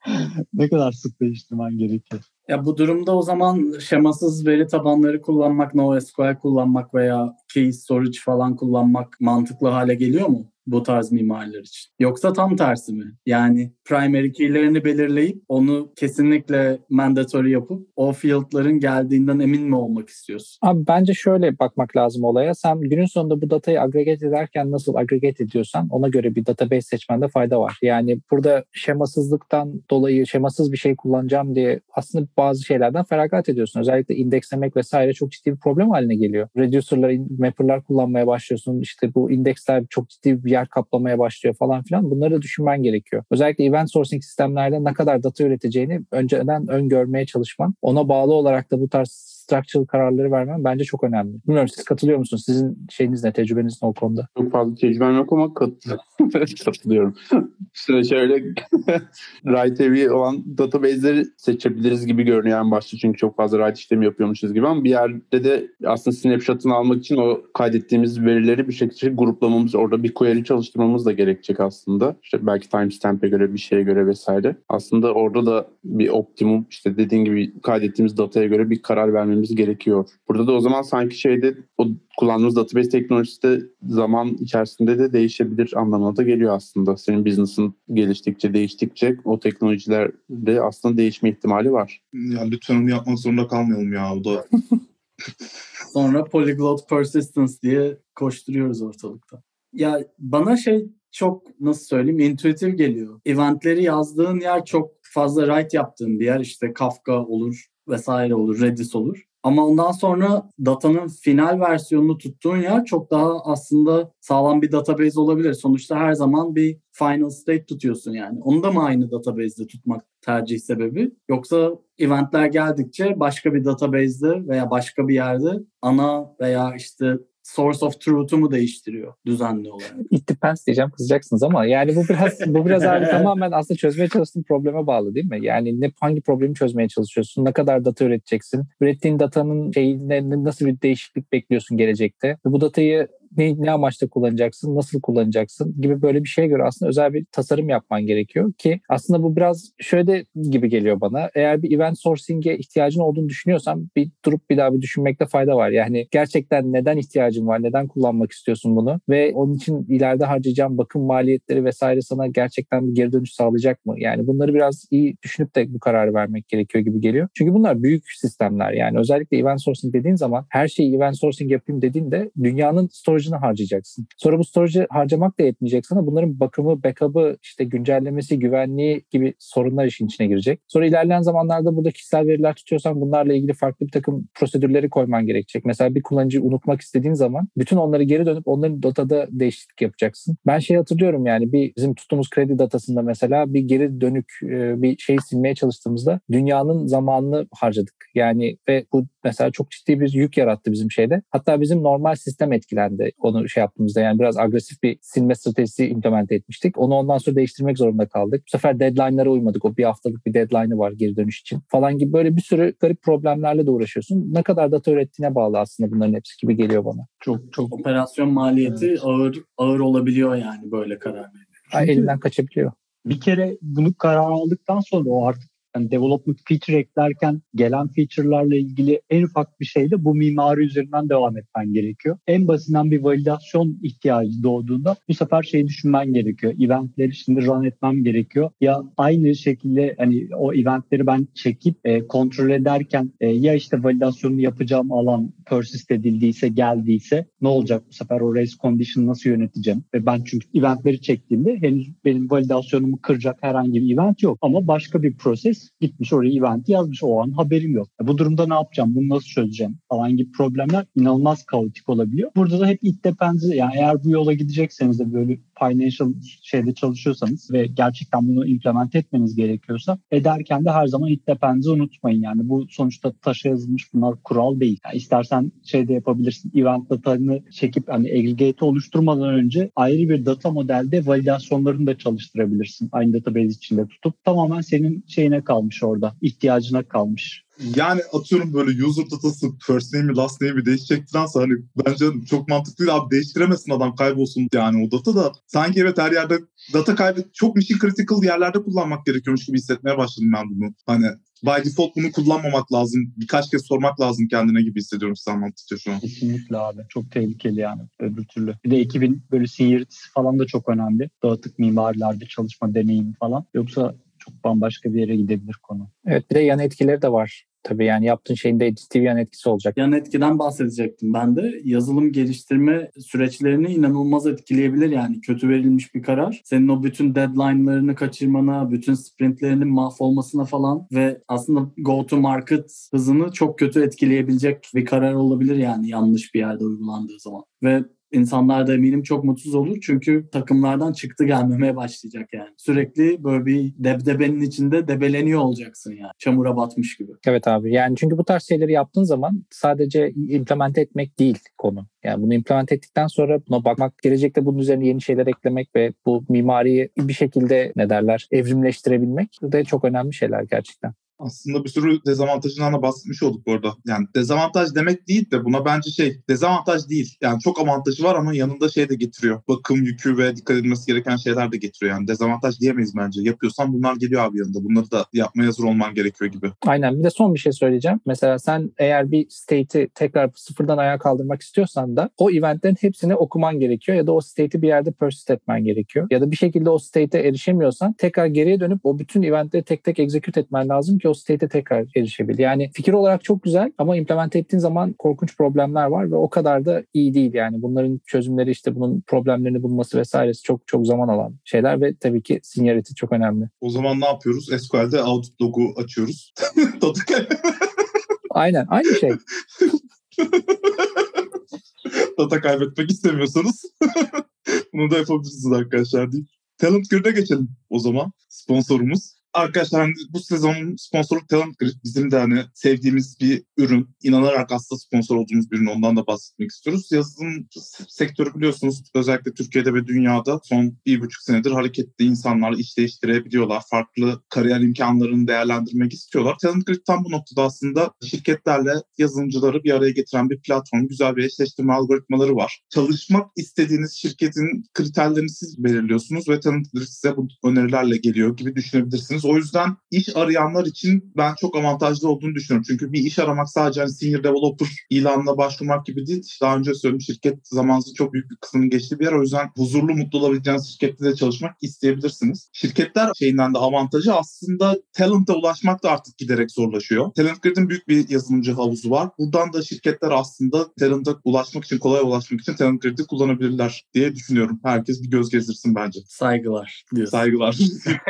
ne kadar sık değiştirmen gerekiyor? Ya bu durumda o zaman şemasız veri tabanları kullanmak, NoSQL kullanmak veya key storage falan kullanmak mantıklı hale geliyor mu bu tarz mimarlar için? Yoksa tam tersi mi? Yani primary key'lerini belirleyip onu kesinlikle mandatory yapıp o field'ların geldiğinden emin mi olmak istiyorsun? Abi bence şöyle bakmak lazım olaya. Sen günün sonunda bu datayı aggregate ederken nasıl aggregate ediyorsan ona göre bir database seçmende fayda var. Yani burada şemasızlıktan dolayı şemasız bir şey kullanacağım diye aslında bazı şeylerden feragat ediyorsun. Özellikle indekslemek vesaire çok ciddi bir problem haline geliyor. Reducer'lar, mapper'lar kullanmaya başlıyorsun. İşte bu indeksler çok ciddi bir yer kaplamaya başlıyor falan filan. Bunları da düşünmen gerekiyor. Özellikle event sourcing sistemlerde ne kadar data üreteceğini önceden öngörmeye çalışman, ona bağlı olarak da bu tarz structural kararları vermen bence çok önemli. Bilmiyorum siz katılıyor musunuz? Sizin şeyiniz ne? Tecrübeniz ne o konuda? Çok fazla tecrübem yok ama kat- katılıyorum. İşte şöyle write heavy olan database'leri seçebiliriz gibi görünüyor en başta. Çünkü çok fazla write işlemi yapıyormuşuz gibi ama bir yerde de aslında snapshot'ını almak için o kaydettiğimiz verileri bir şekilde gruplamamız, orada bir query çalıştırmamız da gerekecek aslında. İşte belki timestamp'e göre, bir şeye göre vesaire. Aslında orada da bir optimum, işte dediğin gibi kaydettiğimiz dataya göre bir karar vermemiz gerekiyor. Burada da o zaman sanki şeyde o kullandığımız database teknolojisi de zaman içerisinde de değişebilir anlamına da geliyor aslında. Senin business'ın geliştikçe, değiştikçe o teknolojiler de aslında değişme ihtimali var. Ya lütfen onu yapmak zorunda kalmayalım ya. O da Sonra polyglot persistence diye koşturuyoruz ortalıkta. Ya bana şey çok nasıl söyleyeyim intuitif geliyor. Eventleri yazdığın yer çok fazla write yaptığın bir yer. İşte Kafka olur vesaire olur, Redis olur. Ama ondan sonra datanın final versiyonunu tuttuğun yer çok daha aslında sağlam bir database olabilir. Sonuçta her zaman bir final state tutuyorsun yani. Onu da mı aynı database'de tutmak tercih sebebi? Yoksa eventler geldikçe başka bir database'de veya başka bir yerde ana veya işte source of truth'u mu değiştiriyor düzenli olarak? It depends diyeceğim, kızacaksınız ama yani bu biraz bu biraz abi tamamen aslında çözmeye çalıştığın probleme bağlı değil mi? Yani ne hangi problemi çözmeye çalışıyorsun? Ne kadar data üreteceksin? Ürettiğin datanın şeyine nasıl bir değişiklik bekliyorsun gelecekte? Bu datayı ne, ne amaçla kullanacaksın, nasıl kullanacaksın gibi böyle bir şeye göre aslında özel bir tasarım yapman gerekiyor ki aslında bu biraz şöyle gibi geliyor bana. Eğer bir event sourcing'e ihtiyacın olduğunu düşünüyorsan bir durup bir daha bir düşünmekte fayda var. Yani gerçekten neden ihtiyacın var, neden kullanmak istiyorsun bunu ve onun için ileride harcayacağın bakım maliyetleri vesaire sana gerçekten bir geri dönüş sağlayacak mı? Yani bunları biraz iyi düşünüp de bu kararı vermek gerekiyor gibi geliyor. Çünkü bunlar büyük sistemler. Yani özellikle event sourcing dediğin zaman her şeyi event sourcing yapayım dediğinde dünyanın storage'ını harcayacaksın. Sonra bu storage'ı harcamak da yetmeyecek sana. Bunların bakımı, backup'ı, işte güncellemesi, güvenliği gibi sorunlar işin içine girecek. Sonra ilerleyen zamanlarda burada kişisel veriler tutuyorsan bunlarla ilgili farklı bir takım prosedürleri koyman gerekecek. Mesela bir kullanıcıyı unutmak istediğin zaman bütün onları geri dönüp onların datada değişiklik yapacaksın. Ben şey hatırlıyorum yani bir bizim tuttuğumuz kredi datasında mesela bir geri dönük bir şey silmeye çalıştığımızda dünyanın zamanını harcadık. Yani ve bu mesela çok ciddi bir yük yarattı bizim şeyde. Hatta bizim normal sistem etkilendi onu şey yaptığımızda. Yani biraz agresif bir silme stratejisi implement etmiştik. Onu ondan sonra değiştirmek zorunda kaldık. Bu sefer deadline'lara uymadık. O bir haftalık bir deadline'ı var geri dönüş için falan gibi böyle bir sürü garip problemlerle de uğraşıyorsun. Ne kadar data ürettiğine bağlı aslında bunların hepsi gibi geliyor bana. Çok çok operasyon maliyeti evet. ağır ağır olabiliyor yani böyle karar vermek. Elinden kaçabiliyor. Bir kere bunu karar aldıktan sonra o artık yani development feature eklerken gelen feature'larla ilgili en ufak bir şeyde bu mimari üzerinden devam etmen gerekiyor. En basitinden bir validasyon ihtiyacı doğduğunda bu sefer şeyi düşünmen gerekiyor. Eventleri şimdi run etmem gerekiyor. Ya aynı şekilde hani o eventleri ben çekip e, kontrol ederken e, ya işte validasyonu yapacağım alan persist edildiyse, geldiyse ne olacak bu sefer o race condition nasıl yöneteceğim? Ve ben çünkü eventleri çektiğimde henüz benim validasyonumu kıracak herhangi bir event yok. Ama başka bir proses gitmiş oraya event yazmış, o an haberim yok. Bu durumda ne yapacağım? Bunu nasıl çözeceğim? Falan gibi problemler inanılmaz kaotik olabiliyor. Burada da hep it depends. Yani eğer bu yola gidecekseniz de böyle financial şeyde çalışıyorsanız ve gerçekten bunu implement etmeniz gerekiyorsa ederken de her zaman it depends'i unutmayın. Yani bu sonuçta taşa yazılmış, bunlar kural değil. Yani istersen şeyde yapabilirsin. Event datanı çekip hani aggregate oluşturmadan önce ayrı bir data modelde validasyonlarını da çalıştırabilirsin. Aynı database içinde tutup tamamen senin şeyine kalmış orada. İhtiyacına kalmış. Yani atıyorum böyle user datası first name'i last name'i değişecektirense hani bence çok mantıklı değil abi, değiştiremesin adam, kaybolsun yani o data da. Sanki evet her yerde data kaybı çok mission critical yerlerde kullanmak gerekiyormuş gibi hissetmeye başladım ben bunu. Hani by default bunu kullanmamak lazım. Birkaç kez sormak lazım kendine gibi hissediyorum sen mantıkça şu an. Kesinlikle abi. Çok tehlikeli yani öbür türlü. Bir de ekibin böyle seniority'si falan da çok önemli. Dağıtık mimarilerde çalışma deneyimi falan. Yoksa çok bambaşka bir yere gidebilir konu. Evet, bir de yan etkileri de var. Tabii yani yaptığın şeyin de ciddi bir yan etkisi olacak. Yan etkiden bahsedecektim ben de. Yazılım geliştirme süreçlerini inanılmaz etkileyebilir yani. Kötü verilmiş bir karar senin o bütün deadline'larını kaçırmana, bütün sprintlerinin mahvolmasına falan ve aslında go to market hızını çok kötü etkileyebilecek bir karar olabilir yani yanlış bir yerde uygulandığı zaman. Ve İnsanlar da eminim çok mutsuz olur çünkü takımlardan çıktı gelmemeye başlayacak yani. Sürekli böyle bir debdebenin içinde debeleniyor olacaksın yani. Çamura batmış gibi. Evet abi, yani çünkü bu tarz şeyleri yaptığın zaman sadece implement etmek değil konu. Yani bunu implement ettikten sonra buna bakmak, gelecekte bunun üzerine yeni şeyler eklemek ve bu mimariyi bir şekilde ne derler evrimleştirebilmek de çok önemli şeyler gerçekten. Aslında bir sürü dezavantajından da bahsetmiş olduk bu arada. Yani dezavantaj demek değil de buna bence şey, dezavantaj değil. Yani çok avantajı var ama yanında şey de getiriyor. Bakım yükü ve dikkat edilmesi gereken şeyler de getiriyor. Yani dezavantaj diyemeyiz bence. Yapıyorsan bunlar geliyor abi yanında. Bunları da yapmaya hazır olman gerekiyor gibi. Aynen. Bir de son bir şey söyleyeceğim. Mesela sen eğer bir state'i tekrar sıfırdan ayağa kaldırmak istiyorsan da o eventlerin hepsini okuman gerekiyor ya da o state'i bir yerde persist etmen gerekiyor. Ya da bir şekilde o state'e erişemiyorsan tekrar geriye dönüp o bütün eventleri tek tek execute etmen lazım ki o state'e tekrar erişebilir. Yani fikir olarak çok güzel ama implement ettiğin zaman korkunç problemler var ve o kadar da iyi değil yani. Bunların çözümleri, işte bunun problemlerini bulması vesairesi çok çok zaman alan şeyler ve tabii ki seniority çok önemli. O zaman ne yapıyoruz? S Q L'de audit logu açıyoruz. Aynen, aynı şey. Data kaybetmek istemiyorsanız bunu da yapabilirsiniz arkadaşlar deyip. Talent Grid'e geçelim o zaman. Sponsorumuz. Arkadaşlar hani bu sezonun sponsoru Talent Grid. Bizim de hani sevdiğimiz bir ürün. İnanarak aslında sponsor olduğumuz bir ürün. Ondan da bahsetmek istiyoruz. Yazılım sektörü biliyorsunuz özellikle Türkiye'de ve dünyada son bir buçuk senedir hareketli insanlar iş değiştirebiliyorlar. Farklı kariyer imkanlarını değerlendirmek istiyorlar. Talent Grid tam bu noktada aslında şirketlerle yazılımcıları bir araya getiren bir platform. Güzel bir eşleştirme algoritmaları var. Çalışmak istediğiniz şirketin kriterlerini siz belirliyorsunuz ve Talent Grid size bu önerilerle geliyor gibi düşünebilirsiniz. O yüzden iş arayanlar için ben çok avantajlı olduğunu düşünüyorum. Çünkü bir iş aramak sadece hani senior developer ilanına başvurmak gibi değil. İşte daha önce söyledim şirket zamanınızın çok büyük bir kısmının geçtiği bir yer. O yüzden huzurlu, mutlu olabileceğiniz şirkette de çalışmak isteyebilirsiniz. Şirketler şeyinden de avantajı aslında talent'a ulaşmak da artık giderek zorlaşıyor. Talent Grid'in büyük bir yazılımcı havuzu var. Buradan da şirketler aslında talent'a ulaşmak için, kolay ulaşmak için Talent Grid'i kullanabilirler diye düşünüyorum. Herkes bir göz gezdirsin bence. Saygılar diyorsun. Saygılar.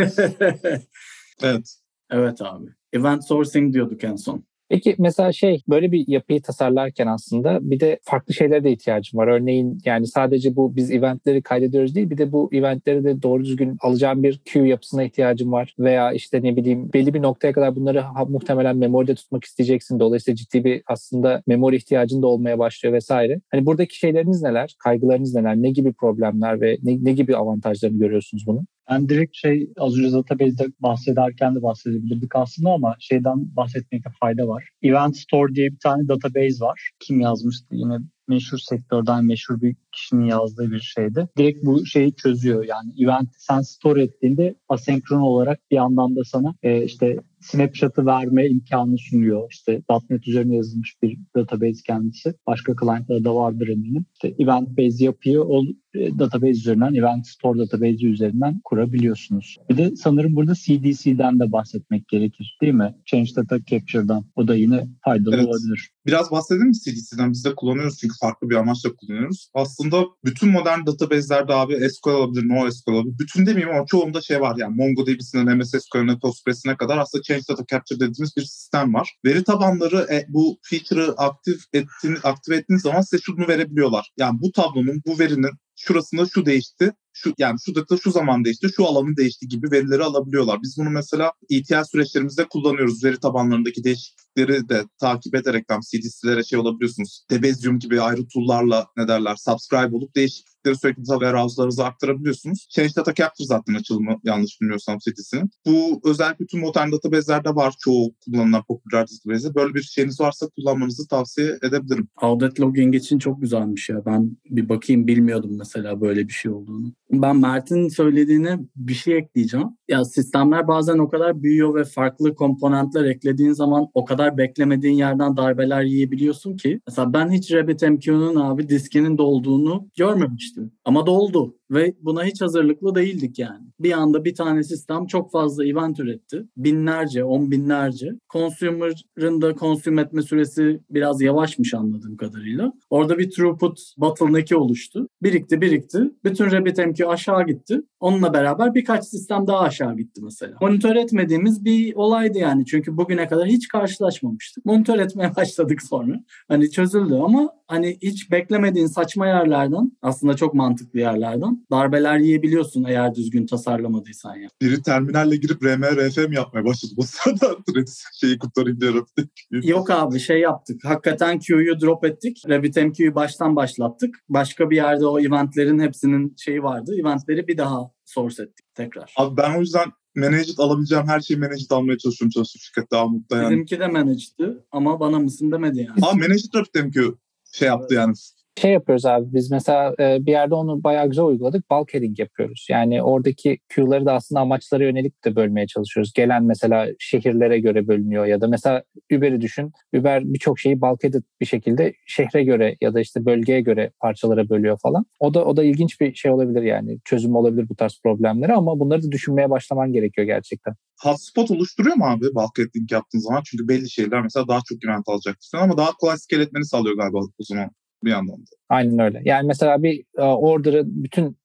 Evet. Evet abi. Event sourcing diyorduk en son. Peki mesela şey böyle bir yapıyı tasarlarken aslında bir de farklı şeylere de ihtiyacım var. Örneğin yani sadece bu biz eventleri kaydediyoruz değil, bir de bu eventleri de doğru düzgün alacağım bir queue yapısına ihtiyacım var. Veya işte ne bileyim belli bir noktaya kadar bunları ha, muhtemelen memoride tutmak isteyeceksin. Dolayısıyla ciddi bir aslında memori ihtiyacın da olmaya başlıyor vesaire. Hani buradaki şeyleriniz neler? Kaygılarınız neler? Ne gibi problemler ve ne, ne gibi avantajlarını görüyorsunuz bunun? Ben direkt şey az önce database'de bahsederken de bahsedebilirdik aslında ama şeyden bahsetmekte fayda var. Event Store diye bir tane database var. Kim yazmıştı? Yine meşhur sektörden meşhur bir kişinin yazdığı bir şeydi. Direkt bu şeyi çözüyor. Yani event sen store ettiğinde asenkron olarak bir anlamda sana e, işte snapshot'ı verme imkanı sunuyor. İşte .nokta net üzerine yazılmış bir database kendisi. Başka client'larda vardır eminim. İşte event base yapıyı o e, database üzerinden, event store database üzerinden kurabiliyorsunuz. Bir de sanırım burada C D C'den de bahsetmek gerekir değil mi? Change Data Capture'dan. O da yine faydalı Evet. olabilir. Biraz bahsedelim mi C D C'den? Biz de kullanıyoruz çünkü farklı bir amaçla kullanıyoruz. Aslında bütün modern database'lerde abi S Q L olabilir, NoSQL olabilir. Bütün demeyeyim ama çoğunda şey var yani MongoDB'sinden M S S Q'ne, Postgres'ine kadar aslında Change Data Capture dediğimiz bir sistem var. Veri tabanları e, bu feature'ı aktif ettiğiniz, aktive ettiğiniz zaman size şunu verebiliyorlar. Yani bu tablonun, bu verinin şurasında şu değişti. Şu, yani şu data şu zaman değişti, şu alanın değişti gibi verileri alabiliyorlar. Biz bunu mesela E T L süreçlerimizde kullanıyoruz. Veri tabanlarındaki değişiklikleri de takip ederekten C D C'lere şey olabiliyorsunuz. Debezium gibi ayrı tool'larla ne derler, subscribe olup değişiklikleri sürekli warehouse'larınıza aktarabiliyorsunuz. Change Data Capture zaten açılımı yanlış bilmiyorsam C D C'nin. Bu özellikle bütün modern database'lerde var. Çoğu kullanılan popüler database'de. Böyle bir şeyiniz varsa kullanmanızı tavsiye edebilirim. Audit logging için çok güzelmiş ya. Ben bir bakayım, bilmiyordum mesela böyle bir şey olduğunu. Ben Mert'in söylediğine bir şey ekleyeceğim. Ya sistemler bazen o kadar büyüyor ve farklı komponentler eklediğin zaman o kadar beklemediğin yerden darbeler yiyebiliyorsun ki. Mesela ben hiç RabbitMQ'nun abi diskinin dolduğunu görmemiştim. Ama doldu. Ve buna hiç hazırlıklı değildik yani. Bir anda bir tane sistem çok fazla event üretti. Binlerce, on binlerce. Consumer'ın da consume etme süresi biraz yavaşmış anladığım kadarıyla. Orada bir throughput bottleneck'i oluştu. Birikti birikti. Bütün RabbitMQ aşağı gitti. Onunla beraber birkaç sistem daha aşağı gitti mesela. Monitör etmediğimiz bir olaydı yani. Çünkü bugüne kadar hiç karşılaşmamıştık. Monitör etmeye başladık sonra. Hani çözüldü ama hani hiç beklemediğin saçma yerlerden, aslında çok mantıklı yerlerden darbeler yiyebiliyorsun eğer düzgün tasarlamadıysan ya. Biri terminalle girip R M R F mi yapmaya başladı? Bu sırada şeyi kurtarayım diye RabbitMQ'yu. Yok abi şey yaptık. Hakikaten Q'yu drop ettik. RabbitMQ'yu baştan başlattık. Başka bir yerde o eventlerin hepsinin şeyi vardı. Eventleri bir daha source ettik tekrar. Abi ben o yüzden managed alabileceğim her şeyi managed almaya çalışıyorum çalıştığım şirket daha mutlu yani. Bizimki de managed'tı ama bana mısın demedi yani. Aa managed RabbitMQ şey yaptı yani. Şey yapıyoruz abi biz mesela e, bir yerde onu bayağı güzel uyguladık. Bulkheading yapıyoruz. Yani oradaki queue'ları da aslında amaçlara yönelik de bölmeye çalışıyoruz. Gelen mesela şehirlere göre bölünüyor ya da mesela Uber'i düşün. Uber birçok şeyi bulkheaded bir şekilde şehre göre ya da işte bölgeye göre parçalara bölüyor falan. O da o da ilginç bir şey olabilir yani. Çözüm olabilir bu tarz problemlere ama bunları da düşünmeye başlaman gerekiyor gerçekten. Hotspot oluşturuyor mu abi bulkheading yaptığın zaman? Çünkü belli şeyler mesela daha çok event alacaksın ama daha kolay scale etmeni sağlıyor galiba o zaman bir yandan da. Aynen öyle. Yani mesela bir uh, order'ı bütün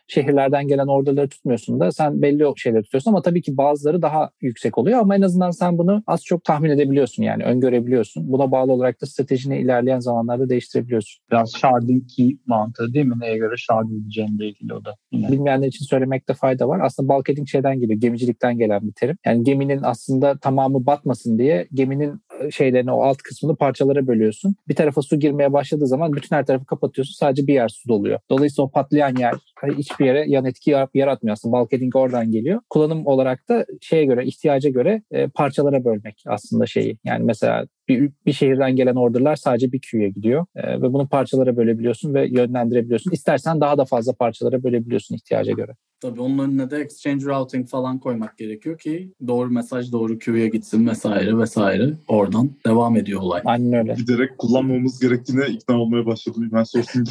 şehirlerden gelen orderları tutmuyorsun da sen belli o şeyleri tutuyorsun ama tabii ki bazıları daha yüksek oluyor ama en azından sen bunu az çok tahmin edebiliyorsun yani öngörebiliyorsun. Buna bağlı olarak da stratejini ilerleyen zamanlarda değiştirebiliyorsun. Biraz sharding key mantığı değil mi? Neye göre shard edeceğinle ilgili o da. Yine. Bilmeyenler için söylemekte fayda var. Aslında bulkheading şeyden geliyor, gemicilikten gelen bir terim. Yani geminin aslında tamamı batmasın diye geminin şeylerini o alt kısmını parçalara bölüyorsun. Bir tarafa su girmeye başladığı zaman bütün her tarafı kapatıyorsun. Sadece bir yer su doluyor. Dolayısıyla o patlayan yer hiçbir yere yan etki yaratmıyor aslında. Bulkheading oradan geliyor. Kullanım olarak da şeye göre, ihtiyaca göre e, parçalara bölmek aslında şeyi. Yani mesela bir, bir şehirden gelen orderlar sadece bir queue'ya gidiyor. E, ve bunu parçalara bölebiliyorsun ve yönlendirebiliyorsun. İstersen daha da fazla parçalara bölebiliyorsun ihtiyaca göre. Tabii onun önüne de exchange routing falan koymak gerekiyor ki doğru mesaj doğru queue'ya gitsin vesaire vesaire. Oradan devam ediyor olay. Aynen öyle. Giderek kullanmamız gerektiğine ikna olmaya başladım ben sourcing.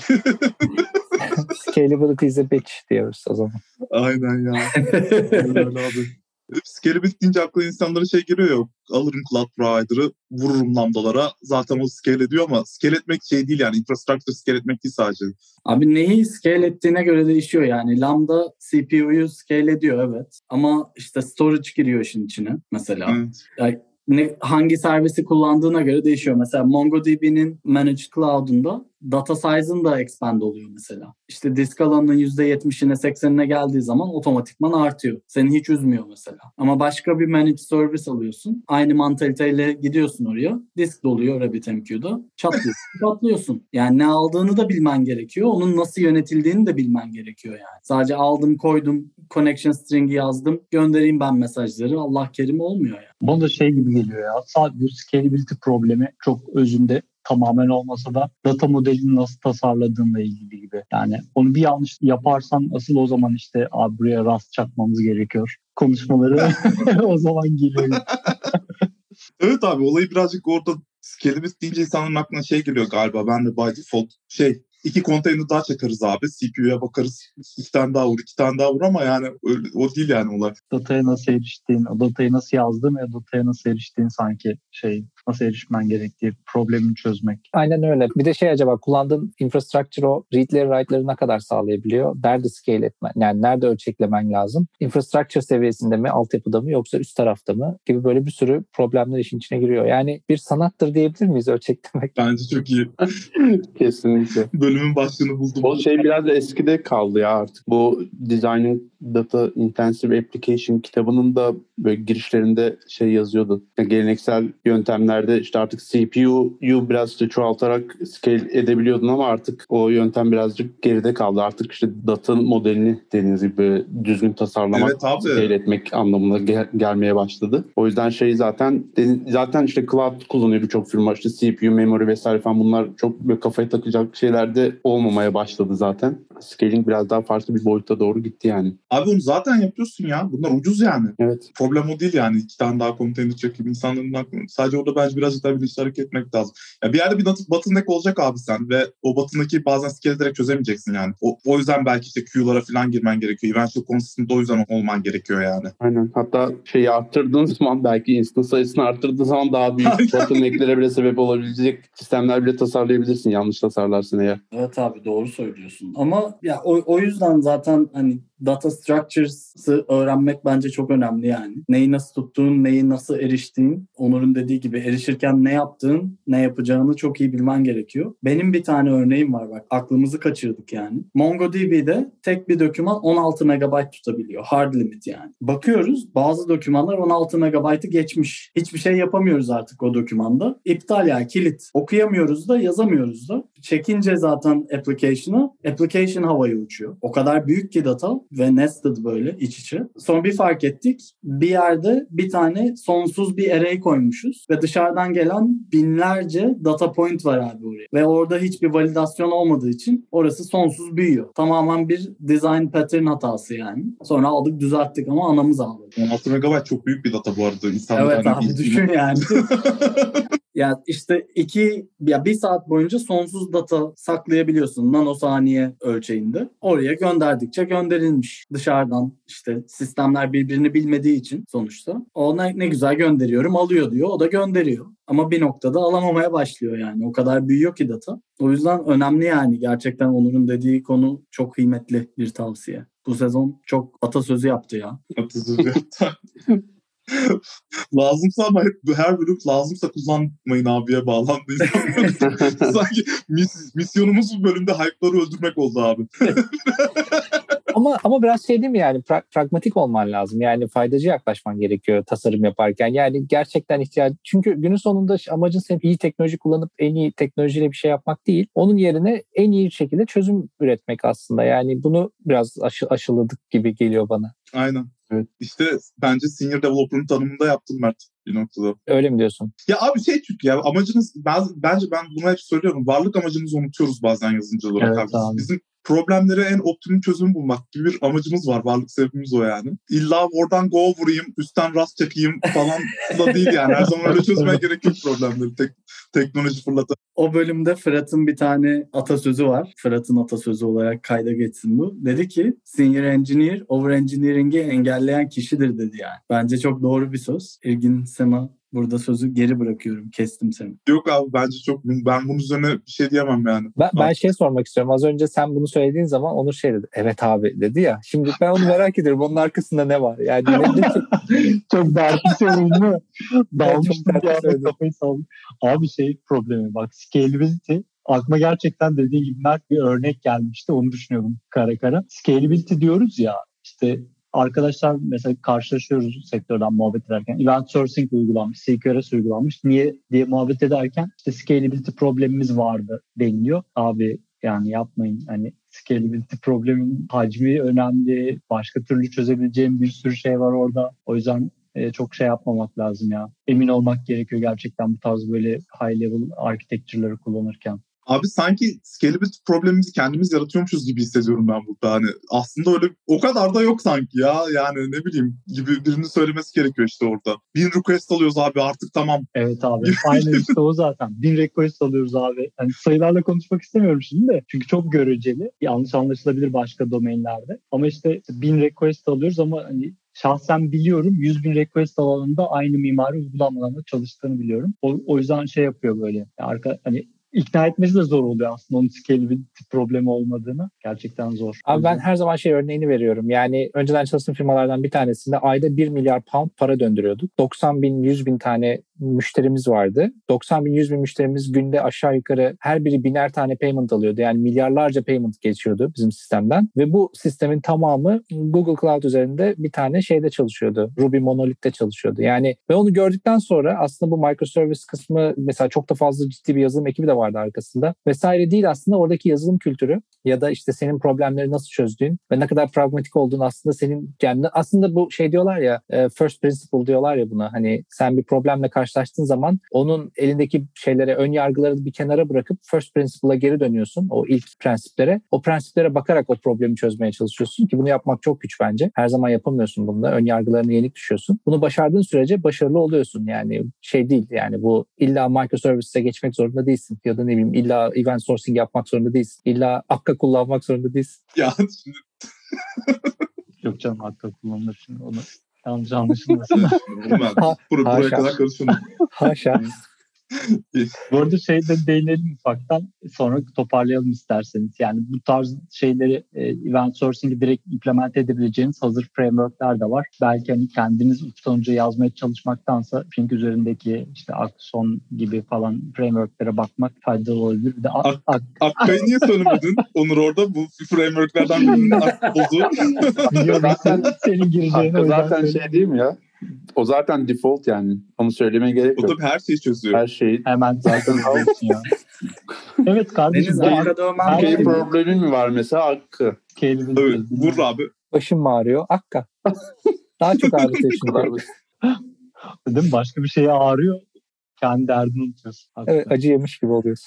Scalability is a bitch diyoruz o zaman. Aynen ya. Öyle abi. Scalability deyince akla insanlara şey geliyor ya, alırım cloud provider'ı, vururum lambdalara, zaten o scale ediyor ama scale etmek şey değil yani, infrastructure scale etmek değil sadece. Abi neyi scale ettiğine göre değişiyor yani. Lambda C P U'yu scale ediyor evet ama işte storage giriyor işin içine mesela. Evet. Yani ne, hangi servisi kullandığına göre değişiyor. Mesela MongoDB'nin Managed Cloud'unda data size'ın da expand oluyor mesela. İşte disk alanının yüzde yetmişine seksenine geldiği zaman otomatikman artıyor. Seni hiç üzmüyor mesela. Ama başka bir managed service alıyorsun. Aynı mantaliteyle gidiyorsun oraya. Disk doluyor RabbitMQ'da. Çatlıyorsun. Çatlıyorsun. Yani ne aldığını da bilmen gerekiyor. Onun nasıl yönetildiğini de bilmen gerekiyor yani. Sadece aldım koydum connection string'i yazdım. Göndereyim ben mesajları. Allah kerim olmuyor yani. Bana da şey gibi geliyor ya. Sadece bir scalability problemi çok özünde tamamen olmasa da data modelini nasıl tasarladığınla ilgili gibi. Yani onu bir yanlış yaparsan asıl o zaman işte abi buraya rast çakmamız gerekiyor konuşmaları o zaman geliyor. Evet abi, olayı birazcık orada scalability deyince insanların aklına şey geliyor galiba. Ben de by default şey, iki konteyner daha çakarız abi. C P U'ya bakarız. İki tane daha vur, iki tane daha vur ama yani öyle, o değil yani olay. Dataya nasıl eriştiğin, o datayı nasıl yazdığın ya dataya nasıl eriştiğin sanki şey, nasıl erişmen gerektiği problemini çözmek. Aynen öyle. Bir de şey, acaba kullandığın infrastructure o read'leri write'ları ne kadar sağlayabiliyor? Nerede scale etmen, yani nerede ölçeklemen lazım? Infrastructure seviyesinde mi, altyapıda mı yoksa üst tarafta mı? Gibi böyle bir sürü problemler işin içine giriyor. Yani bir sanattır diyebilir miyiz ölçeklemek? Bence çok iyi. Kesinlikle. Bölümün başlığını buldum. O şey biraz eskide kaldı ya artık. Bu Designing Data Intensive Application kitabının da böyle girişlerinde şey yazıyordu. Yani geleneksel yöntemlerde işte artık C P U'yu biraz işte çoğaltarak scale edebiliyordun ama artık o yöntem birazcık geride kaldı. Artık işte data modelini dediğiniz gibi düzgün tasarlamak, evet abi, scale etmek anlamına gel- gelmeye başladı. O yüzden şey zaten zaten işte cloud kullanıyor birçok firma. İşte C P U, memory vesaire falan, bunlar çok böyle kafaya takacak şeylerde olmamaya başladı zaten. Scaling biraz daha farklı bir boyuta doğru gitti yani. Abi onu zaten yapıyorsun ya. Bunlar ucuz yani. Evet. Problem o değil yani. İki tane daha konteyner çekip insanların aklına. Sadece orada bence birazcık daha bilinçli hareket etmek lazım. Ya bir yerde bir bottleneck olacak abi sen ve o bottleneck'i bazen scale ederek çözemeyeceksin yani. O, o yüzden belki işte Q'lara falan girmen gerekiyor. Eventual consistent o yüzden olman gerekiyor yani. Aynen. Hatta şeyi arttırdığın zaman, belki instance sayısını arttırdığın zaman daha büyük bottlenecklere bile sebep olabilecek sistemler bile tasarlayabilirsin. Yanlış tasarlarsın eğer. Evet abi, doğru söylüyorsun. Ama ya o, o yüzden zaten hani data structures'ı öğrenmek bence çok önemli yani. Neyi nasıl tuttuğun, neyi nasıl eriştiğin, Onur'un dediği gibi erişirken ne yaptığın, ne yapacağını çok iyi bilmen gerekiyor. Benim bir tane örneğim var bak, aklımızı kaçırdık yani. MongoDB'de tek bir doküman on altı megabayt tutabiliyor. Hard limit yani. Bakıyoruz, bazı dokümanlar on altı megabaytı geçmiş. Hiçbir şey yapamıyoruz artık o dokümanda. İptal yani, kilit. Okuyamıyoruz da yazamıyoruz da. Çekince zaten application'ı, application havaya uçuyor. O kadar büyük ki data ve nested böyle iç içe. Sonra bir fark ettik. Bir yerde bir tane sonsuz bir array koymuşuz ve dışarıdan gelen binlerce data point var abi oraya. Ve orada hiçbir validasyon olmadığı için orası sonsuz büyüyor. Tamamen bir design pattern hatası yani. Sonra aldık düzelttik ama anamız ağladı. on altı megabayt çok büyük bir data bu arada. İnsanlar Evet hani abi bir... düşün yani. Yani işte iki ya bir saat boyunca sonsuz data saklayabiliyorsun nanosaniye ölçeğinde. Oraya gönderdikçe gönderilmiş. Dışarıdan işte sistemler birbirini bilmediği için sonuçta. O ne, ne güzel gönderiyorum alıyor diyor. O da gönderiyor. Ama bir noktada alamamaya başlıyor yani. O kadar büyüyor ki data. O yüzden önemli yani. Gerçekten Onur'un dediği konu çok kıymetli bir tavsiye. Bu sezon çok atasözü yaptı ya. Atasözü yaptı. Lazımsa ama hep her bölüm lazımsa kullanmayın abiye bağlandı. Sanki mis, misyonumuz bu bölümde hype'ları öldürmek oldu abi. ama ama biraz şey değil mi yani pra- pragmatik olman lazım. Yani faydacı yaklaşman gerekiyor tasarım yaparken. Yani gerçekten ihtiyaç. Çünkü günün sonunda amacın senin iyi teknoloji kullanıp en iyi teknolojiyle bir şey yapmak değil. Onun yerine en iyi şekilde çözüm üretmek aslında. Yani bunu biraz aşı, aşıladık gibi geliyor bana. Aynen. Evet. İşte bence senior developer'ın tanımında yaptım Mert bir noktada. Öyle mi diyorsun? Ya abi şey çünkü ya amacınız ben, bence ben bunu hep söylüyorum. Varlık amacımızı unutuyoruz bazen yazılımcı olarak. Evet, abi. abi. Bizim problemlere en optimum çözüm bulmak gibi bir amacımız var. Varlık sebebimiz o yani. İlla oradan go vurayım, üstten rast çekeyim falan da değil yani. Her zaman öyle çözmeye gerek yok problemleri. Tek, teknoloji fırlatan. O bölümde Fırat'ın bir tane atasözü var. Fırat'ın atasözü olarak kayda geçsin bu. Dedi ki senior engineer over engineering'i engelleyen kişidir dedi yani. Bence çok doğru bir söz. İlgin Sema burada sözü geri bırakıyorum. Kestim seni. Yok abi bence çok ben bunun üzerine bir şey diyemem yani. Ben, ben şey sormak istiyorum. Az önce sen bunu söylediğin zaman Onur şey dedi. Evet abi dedi ya. Şimdi ben onu merak ediyorum. Onun arkasında ne var? Yani ne, ne Çok dertli söyledim değil mi? Dalmıştım dertli bir anda söyledim. kafayı saldım. Abi şey problemi bak scalability aklıma gerçekten dediğin gibi Mert bir örnek gelmişti. Onu düşünüyordum kara kara. Scalability diyoruz ya işte arkadaşlar mesela karşılaşıyoruz sektörden muhabbet ederken. Event sourcing uygulanmış, C Q R S uygulanmış. Niye diye muhabbet ederken işte scalability problemimiz vardı deniliyor. Abi yani yapmayın. Hani scalability problemin hacmi önemli. Başka türlü çözebileceğim bir sürü şey var orada. O yüzden e, çok şey yapmamak lazım ya. Emin olmak gerekiyor gerçekten bu tarz böyle high level architecture'ları kullanırken. Abi sanki scalability problemimizi kendimiz yaratıyormuşuz gibi hissediyorum ben burada. Hani aslında öyle o kadar da yok sanki ya. Yani ne bileyim gibi birinin söylemesi gerekiyor işte orada. Bin request alıyoruz abi artık tamam. Evet abi. Aynen işte o zaten. Bin request alıyoruz abi. Hani sayılarla konuşmak istemiyorum şimdi de. Çünkü çok göreceli. Yanlış anlaşılabilir başka domainlerde. Ama işte bin request alıyoruz ama hani şahsen biliyorum yüz bin request alanında aynı mimari uygulamalarla çalıştığını biliyorum. O, o yüzden şey yapıyor böyle. Arka hani ikna etmesi de zor oluyor aslında onun scalability problemi olmadığını. Gerçekten zor. Abi ben her zaman şey örneğini veriyorum. Yani önceden çalıştığım firmalardan bir tanesinde ayda bir milyar pound para döndürüyorduk. doksan bin, yüz bin tane müşterimiz vardı. doksan bin, yüz bin müşterimiz günde aşağı yukarı her biri biner tane payment alıyordu. Yani milyarlarca payment geçiyordu bizim sistemden. Ve bu sistemin tamamı Google Cloud üzerinde bir tane şeyde çalışıyordu. Ruby Monolith'te çalışıyordu. Yani ve onu gördükten sonra aslında bu microservice kısmı mesela çok da fazla ciddi bir yazılım ekibi de vardı arkasında. Vesaire değil aslında oradaki yazılım kültürü ya da işte senin problemleri nasıl çözdüğün ve ne kadar pragmatik olduğun aslında senin yani aslında bu şey diyorlar ya first principle diyorlar ya buna hani sen bir problemle karşılaştığın zaman onun elindeki şeylere ön yargıları bir kenara bırakıp first principle'a geri dönüyorsun o ilk prensiplere. O prensiplere bakarak o problemi çözmeye çalışıyorsun ki bunu yapmak çok güç bence. Her zaman yapamıyorsun bunu da. Ön yargılarına yenik düşüyorsun. Bunu başardığın sürece başarılı oluyorsun. Yani şey değil yani bu illa microservice'e geçmek zorunda değilsin ya da ne bileyim illa event sourcing yapmak zorunda değilsin. İlla Akka kullanmak zorunda değilsin. Ya şimdi Yok canım Akka kullanılır şimdi onu yanlış anlaşılmasın. ben Ha, bur- buraya haşa. kadar karışıyorum. Haşa. Bu arada şeyde değinelim ufaktan sonra toparlayalım isterseniz. Yani bu tarz şeyleri e, event sourcing'i direkt implement edebileceğiniz hazır framework'ler de var. Belki hani kendiniz uçtan uca yazmaya çalışmaktansa Flink üzerindeki işte Axon gibi falan framework'lere bakmak faydalı olabilir. Bir de Ak- Ak- Akka'yı niye söylemedin Onur orada? Bu framework'lerden birinin Akka'sı. biliyorum Zaten- senin gireceğini. Hakkı o yüzden zaten söyledim. şey değil mi ya? O zaten default yani. Onu söylemeye gerek O yok. tabii her şeyi çözüyor. Her şeyi. Hemen zaten alıyorsun ya. Evet kardeşim. Deniz bu Akka dövmem her Şey şey gerekiyor. problemi mi var mesela Hakkı? scalability. Tabii, vur abi. Başım ağrıyor. Akka. Daha çok ağrıtıyor çünkü. Değil mi? Başka bir şeye ağrıyor. Kendi derdini unutuyorsun. Evet, acı yemiş gibi oluyorsun.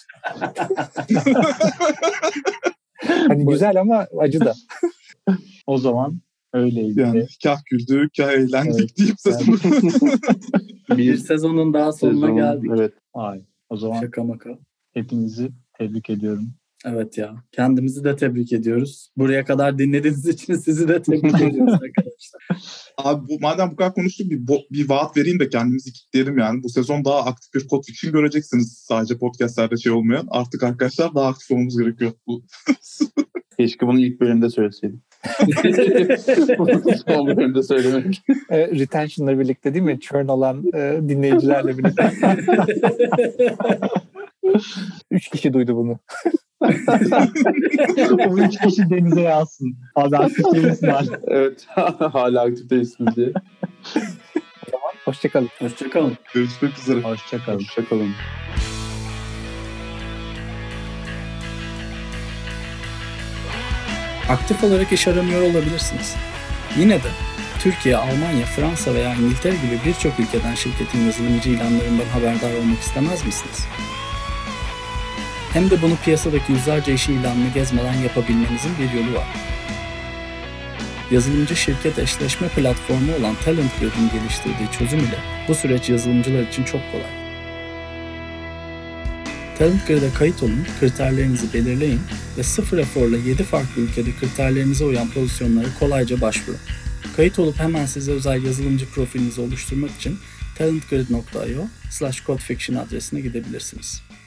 Hani güzel ama acı da. O zaman öyleydi. Yani kah güldük, kah eğlendik Evet. deyip sesini. Bir sezonun daha sonuna Sezon, geldik. evet. Vay. O zaman Şaka maka. hepinizi tebrik ediyorum. Evet ya. Kendimizi de tebrik ediyoruz. Buraya kadar dinlediğiniz için sizi de tebrik ediyoruz arkadaşlar. Abi bu, madem bu kadar konuştuk bir, bo- bir vaat vereyim de kendimizi kilitleyelim yani. Bu sezon daha aktif bir Code Fiction göreceksiniz. Sadece podcastlerde şey olmayan. Artık arkadaşlar daha aktif olmamız gerekiyor. Bu. Keşke bunu ilk bölümde söyleseydim. Son bölümde söylemek. E, retention'la birlikte değil mi? Churn olan e, dinleyicilerle birlikte. Üç kişi duydu bunu. O üç kişi denize yazsın. Abi aktif değilsin abi. Evet. Hala aktif değilsiniz diye. Hoşçakalın. Hoşçakalın. Görüşmek üzere. Hoşçakalın. Hoşçakalın. Aktif olarak iş aramıyor olabilirsiniz. Yine de Türkiye, Almanya, Fransa veya İngiltere gibi birçok ülkeden şirketin yazılımcı ilanlarından haberdar olmak istemez misiniz? Hem de bunu piyasadaki yüzlerce iş ilanını gezmeden yapabilmenizin bir yolu var. Yazılımcı şirket eşleşme platformu olan TalentGrid'in geliştirdiği çözüm ile bu süreç yazılımcılar için çok kolay. TalentGrid'e kayıt olun, kriterlerinizi belirleyin ve sıfır eforla yedi farklı ülkede kriterlerinize uyan pozisyonlara kolayca başvurun. Kayıt olup hemen size özel yazılımcı profilinizi oluşturmak için talentgrid nokta io slash codefiction adresine gidebilirsiniz.